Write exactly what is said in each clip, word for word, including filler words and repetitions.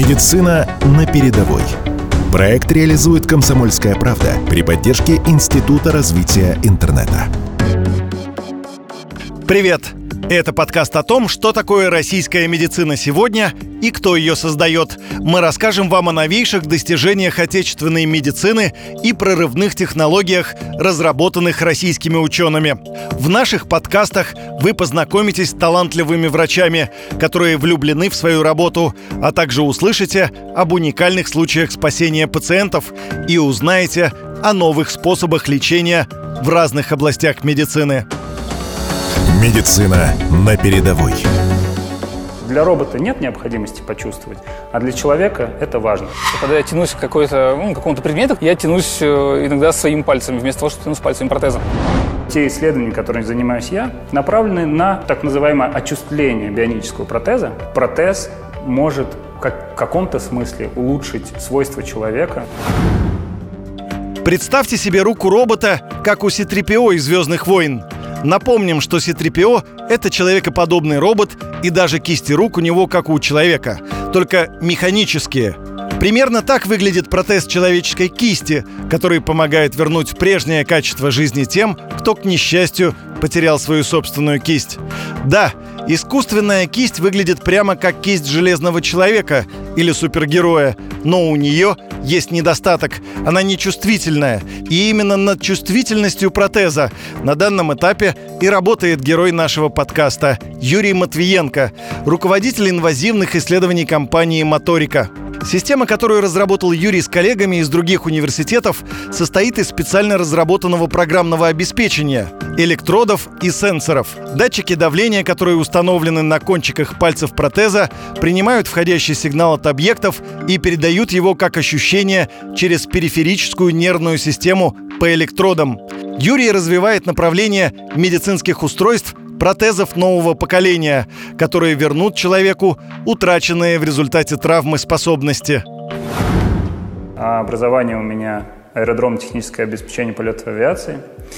Медицина на передовой. Проект реализует «Комсомольская правда» при поддержке Института развития интернета. Привет! Это подкаст о том, что такое российская медицина сегодня и кто ее создает. Мы расскажем вам о новейших достижениях отечественной медицины и прорывных технологиях, разработанных российскими учеными. В наших подкастах вы познакомитесь с талантливыми врачами, которые влюблены в свою работу, а также услышите об уникальных случаях спасения пациентов и узнаете о новых способах лечения в разных областях медицины. Медицина на передовой. Для робота нет необходимости почувствовать, а для человека это важно. Когда я тянусь к какой-то, ну, какому-то предмету, я тянусь иногда своими пальцами, вместо того, чтобы тянусь пальцами протеза. Те исследования, которыми занимаюсь я, направлены на так называемое очувствление бионического протеза. Протез может как, в каком-то смысле улучшить свойства человека. Представьте себе руку робота, как у си три пи о из «Звездных войн». Напомним, что си три пи о — это человекоподобный робот, и даже кисти рук у него как у человека, только механические. Примерно так выглядит протез человеческой кисти, который помогает вернуть прежнее качество жизни тем, кто, к несчастью, потерял свою собственную кисть. Да, искусственная кисть выглядит прямо как кисть железного человека или супергероя, но у нее есть недостаток. Она нечувствительная. И именно над чувствительностью протеза на данном этапе и работает герой нашего подкаста Юрий Матвиенко, руководитель инвазивных исследований компании «Моторика». Система, которую разработал Юрий с коллегами из других университетов, состоит из специально разработанного программного обеспечения, электродов и сенсоров. Датчики давления, которые установлены на кончиках пальцев протеза, принимают входящий сигнал от объектов и передают его как ощущение через периферическую нервную систему по электродам. Юрий развивает направление медицинских устройств, протезов нового поколения, которые вернут человеку утраченные в результате травмы способности. Образование у меня аэродром-техническое обеспечение полетов авиации.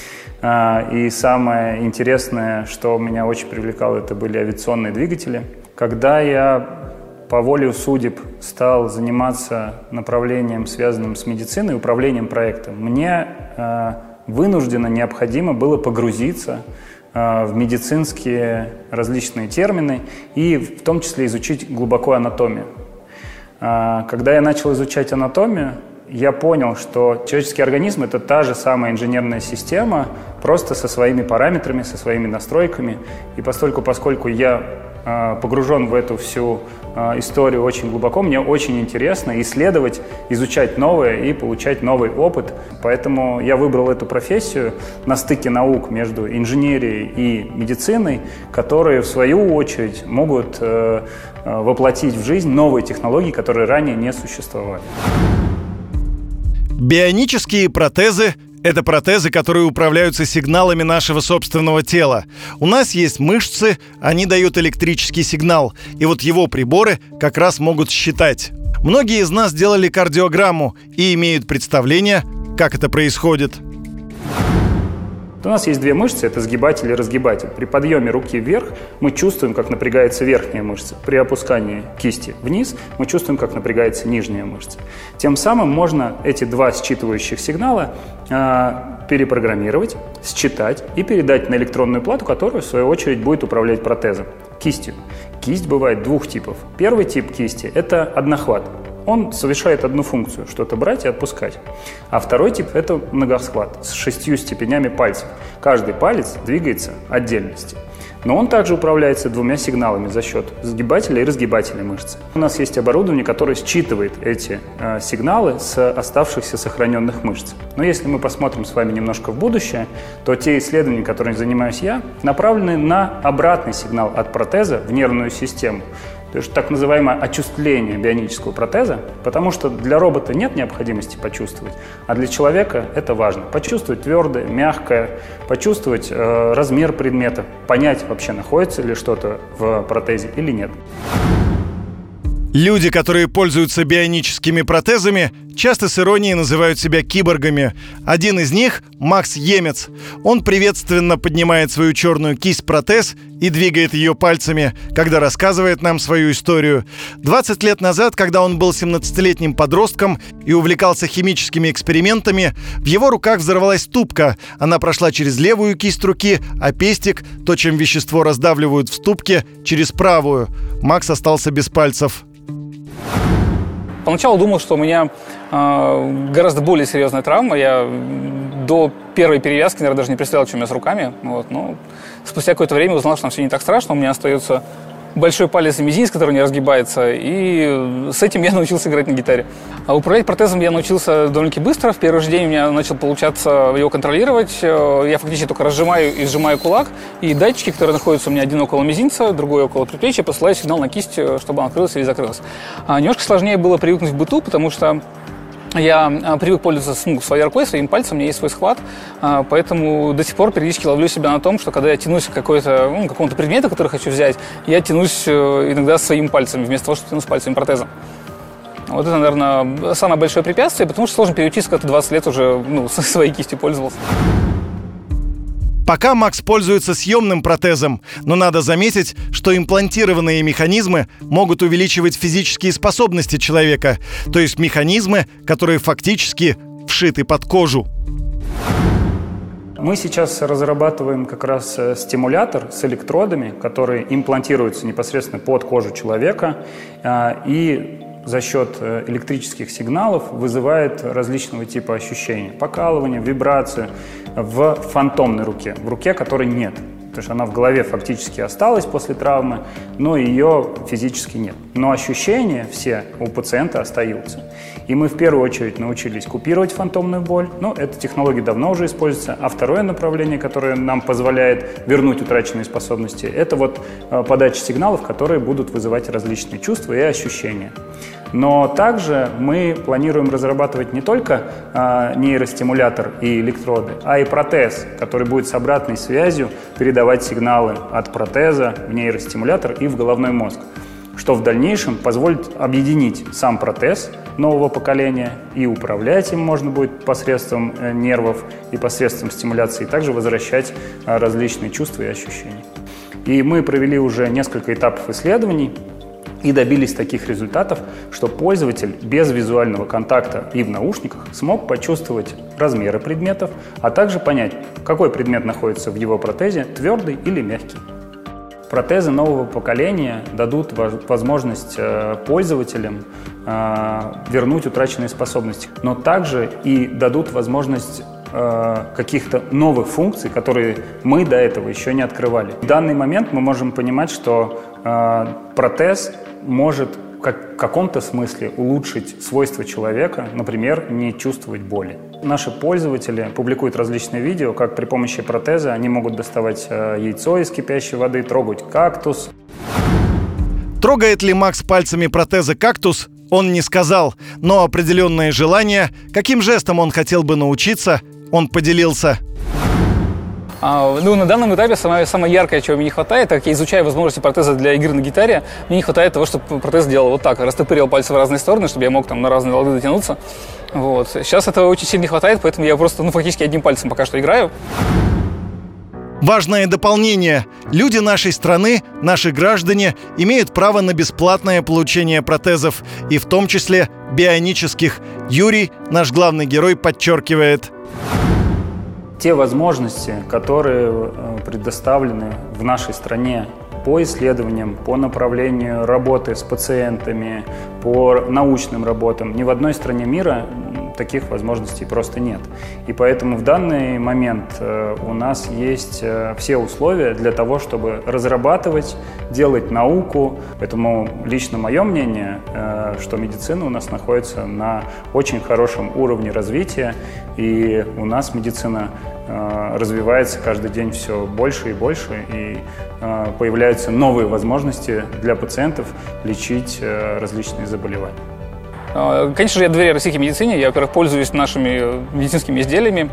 И самое интересное, что меня очень привлекало, это были авиационные двигатели. Когда я по воле судеб стал заниматься направлением, связанным с медициной, управлением проектом, мне вынужденно необходимо было погрузиться в медицинские различные термины и в том числе изучить глубоко анатомию. Когда я начал изучать анатомию, я понял, что человеческий организм – это та же самая инженерная система, просто со своими параметрами, со своими настройками. И постольку, поскольку я погружен в эту всю историю очень глубоко, мне очень интересно исследовать, изучать новое и получать новый опыт. Поэтому я выбрал эту профессию на стыке наук между инженерией и медициной, которые, в свою очередь, могут воплотить в жизнь новые технологии, которые ранее не существовали. Бионические протезы — это протезы, которые управляются сигналами нашего собственного тела. У нас есть мышцы, они дают электрический сигнал, и вот его приборы как раз могут считать. Многие из нас делали кардиограмму и имеют представление, как это происходит. У нас есть две мышцы, это сгибатель и разгибатель. При подъеме руки вверх мы чувствуем, как напрягается верхняя мышца. При опускании кисти вниз мы чувствуем, как напрягается нижняя мышца. Тем самым можно эти два считывающих сигнала э, перепрограммировать, считать и передать на электронную плату, которая, в свою очередь, будет управлять протезом, кистью. Кисть бывает двух типов. Первый тип кисти – это однохват. Он совершает одну функцию – что-то брать и отпускать. А второй тип – это многохват с шестью степенями пальцев. Каждый палец двигается отдельности. Но он также управляется двумя сигналами за счет сгибателя и разгибателя мышцы. У нас есть оборудование, которое считывает эти э, сигналы с оставшихся сохраненных мышц. Но если мы посмотрим с вами немножко в будущее, то те исследования, которыми занимаюсь я, направлены на обратный сигнал от протеза в нервную систему. То есть так называемое очувствление бионического протеза, потому что для робота нет необходимости почувствовать, а для человека это важно. Почувствовать твердое, мягкое, почувствовать э, размер предмета, понять, вообще находится ли что-то в протезе или нет. Люди, которые пользуются бионическими протезами, часто с иронией называют себя киборгами. Один из них – Макс Емец. Он приветственно поднимает свою черную кисть-протез и двигает ее пальцами, когда рассказывает нам свою историю. двадцать лет назад, когда он был семнадцатилетним подростком и увлекался химическими экспериментами, в его руках взорвалась ступка. Она прошла через левую кисть руки, а пестик, то, чем вещество раздавливают в ступке, через правую. Макс остался без пальцев. Поначалу думал, что у меня э, гораздо более серьезная травма. Я до первой перевязки, наверное, даже не представлял, что у меня с руками. Вот. Но спустя какое-то время узнал, что там все не так страшно. У меня остается большой палец и мизинец, который не разгибается. И с этим я научился играть на гитаре. А управлять протезом я научился довольно-таки быстро. В первый же день у меня начал получаться его контролировать. Я фактически только разжимаю и сжимаю кулак. И датчики, которые находятся у меня один около мизинца, другой около предплечья, посылают сигнал на кисть, чтобы она открылась или закрылась. А немножко сложнее было привыкнуть в быту, потому что я привык пользоваться ну, своей рукой, своим пальцем, у меня есть свой схват, поэтому до сих пор периодически ловлю себя на том, что когда я тянусь к какой-то, ну, какому-то предмету, который хочу взять, я тянусь иногда своим пальцем, вместо того, чтобы тянусь пальцем протеза. Вот это, наверное, самое большое препятствие, потому что сложно переучиться, когда ты двадцать лет уже ну, своей кистью пользовался. Пока Макс пользуется съемным протезом, но надо заметить, что имплантированные механизмы могут увеличивать физические способности человека, то есть механизмы, которые фактически вшиты под кожу. Мы сейчас разрабатываем как раз стимулятор с электродами, которые имплантируются непосредственно под кожу человека и за счет электрических сигналов вызывает различного типа ощущения. Покалывание, вибрацию в фантомной руке, в руке, которой нет. Потому что она в голове фактически осталась после травмы, но ее физически нет. Но ощущения все у пациента остаются. И мы в первую очередь научились купировать фантомную боль. Ну, эта технология давно уже используется. А второе направление, которое нам позволяет вернуть утраченные способности, это вот подача сигналов, которые будут вызывать различные чувства и ощущения. Но также мы планируем разрабатывать не только э, нейростимулятор и электроды, а и протез, который будет с обратной связью передавать сигналы от протеза в нейростимулятор и в головной мозг, что в дальнейшем позволит объединить сам протез нового поколения, и управлять им можно будет посредством э, нервов и посредством стимуляции, и также возвращать э, различные чувства и ощущения. И мы провели уже несколько этапов исследований, и добились таких результатов, что пользователь без визуального контакта и в наушниках смог почувствовать размеры предметов, а также понять, какой предмет находится в его протезе, твердый или мягкий. Протезы нового поколения дадут возможность пользователям вернуть утраченные способности, но также и дадут возможность каких-то новых функций, которые мы до этого еще не открывали. В данный момент мы можем понимать, что протез может как в каком-то смысле улучшить свойства человека, например, не чувствовать боли. Наши пользователи публикуют различные видео, как при помощи протеза они могут доставать яйцо из кипящей воды, трогать кактус. Трогает ли Макс пальцами протеза кактус, он не сказал, но определенное желание, каким жестом он хотел бы научиться, он поделился. А, ну, на данном этапе самое, самое яркое, чего мне не хватает, так как я изучаю возможности протеза для игры на гитаре, мне не хватает того, чтобы протез делал вот так, растопырил пальцы в разные стороны, чтобы я мог там на разные лады дотянуться. Вот. Сейчас этого очень сильно не хватает, поэтому я просто, ну, фактически одним пальцем пока что играю. Важное дополнение. Люди нашей страны, наши граждане, имеют право на бесплатное получение протезов, и в том числе бионических. Юрий, наш главный герой, подчеркивает. Те возможности, которые предоставлены в нашей стране по исследованиям, по направлению работы с пациентами, по научным работам, ни в одной стране мира таких возможностей просто нет. И поэтому в данный момент у нас есть все условия для того, чтобы разрабатывать, делать науку. Поэтому лично мое мнение, что медицина у нас находится на очень хорошем уровне развития, и у нас медицина развивается каждый день все больше и больше, и появляются новые возможности для пациентов лечить различные заболевания. Конечно же, я доверяю российской медицине, я, во-первых, пользуюсь нашими медицинскими изделиями,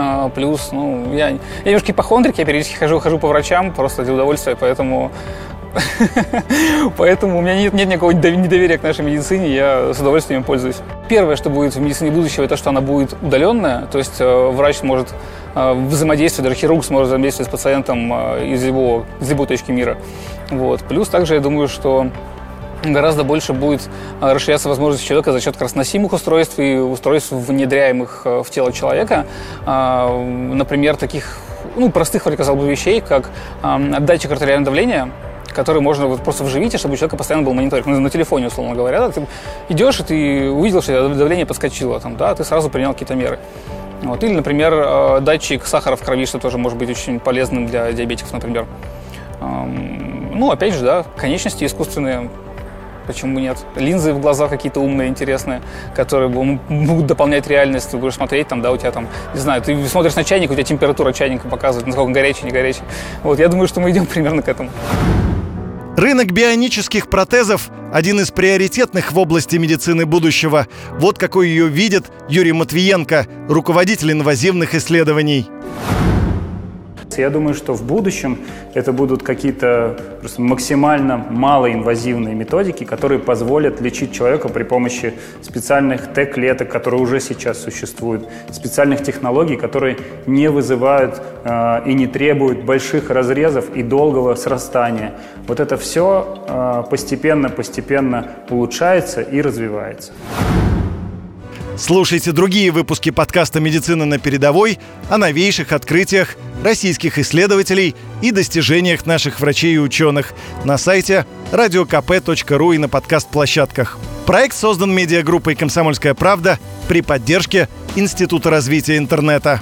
плюс, ну, я, я немножко ипохондрик, я периодически хожу, хожу по врачам просто для удовольствия, поэтому Поэтому у меня нет, нет никакого недоверия к нашей медицине, я с удовольствием им пользуюсь. Первое, что будет в медицине будущего, это что она будет удаленная, то есть врач сможет взаимодействовать, даже хирург сможет взаимодействовать с пациентом из любого, из любой точки мира. Вот. Плюс также я думаю, что гораздо больше будет расширяться возможности человека за счет как раз носимых устройств и устройств, внедряемых в тело человека. Например, таких ну, простых, вроде казалось бы, вещей, как датчик артериального давления, который можно вот просто вживить, чтобы у человека постоянно был мониторинг. Ну, на телефоне, условно говоря. Да? Ты идешь, и ты увидел, что давление подскочило, там, да, ты сразу принял какие-то меры. Вот. Или, например, датчик сахара в крови, что тоже может быть очень полезным для диабетиков, например. Ну, опять же, да, конечности искусственные. Почему нет? Линзы в глазах какие-то умные, интересные, которые могут дополнять реальность. Ты будешь смотреть, там, да, у тебя там, не знаю, ты смотришь на чайник, у тебя температура чайника показывает, насколько он горячий, не горячий. Вот, я думаю, что мы идем примерно к этому. Рынок бионических протезов – один из приоритетных в области медицины будущего. Вот какой ее видит Юрий Матвиенко, руководитель инвазивных исследований. Я думаю, что в будущем это будут какие-то просто максимально малоинвазивные методики, которые позволят лечить человека при помощи специальных Т-клеток, которые уже сейчас существуют, специальных технологий, которые не вызывают э, и не требуют больших разрезов и долгого срастания. Вот это все э, постепенно-постепенно улучшается и развивается. Слушайте другие выпуски подкаста «Медицина на передовой» о новейших открытиях российских исследователей и достижениях наших врачей и ученых на сайте радио ка пэ точка ру и на подкаст-площадках. Проект создан медиагруппой «Комсомольская правда» при поддержке Института развития интернета.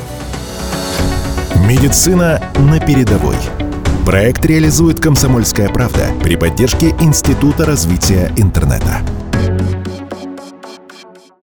«Медицина на передовой». Проект реализует «Комсомольская правда» при поддержке Института развития интернета.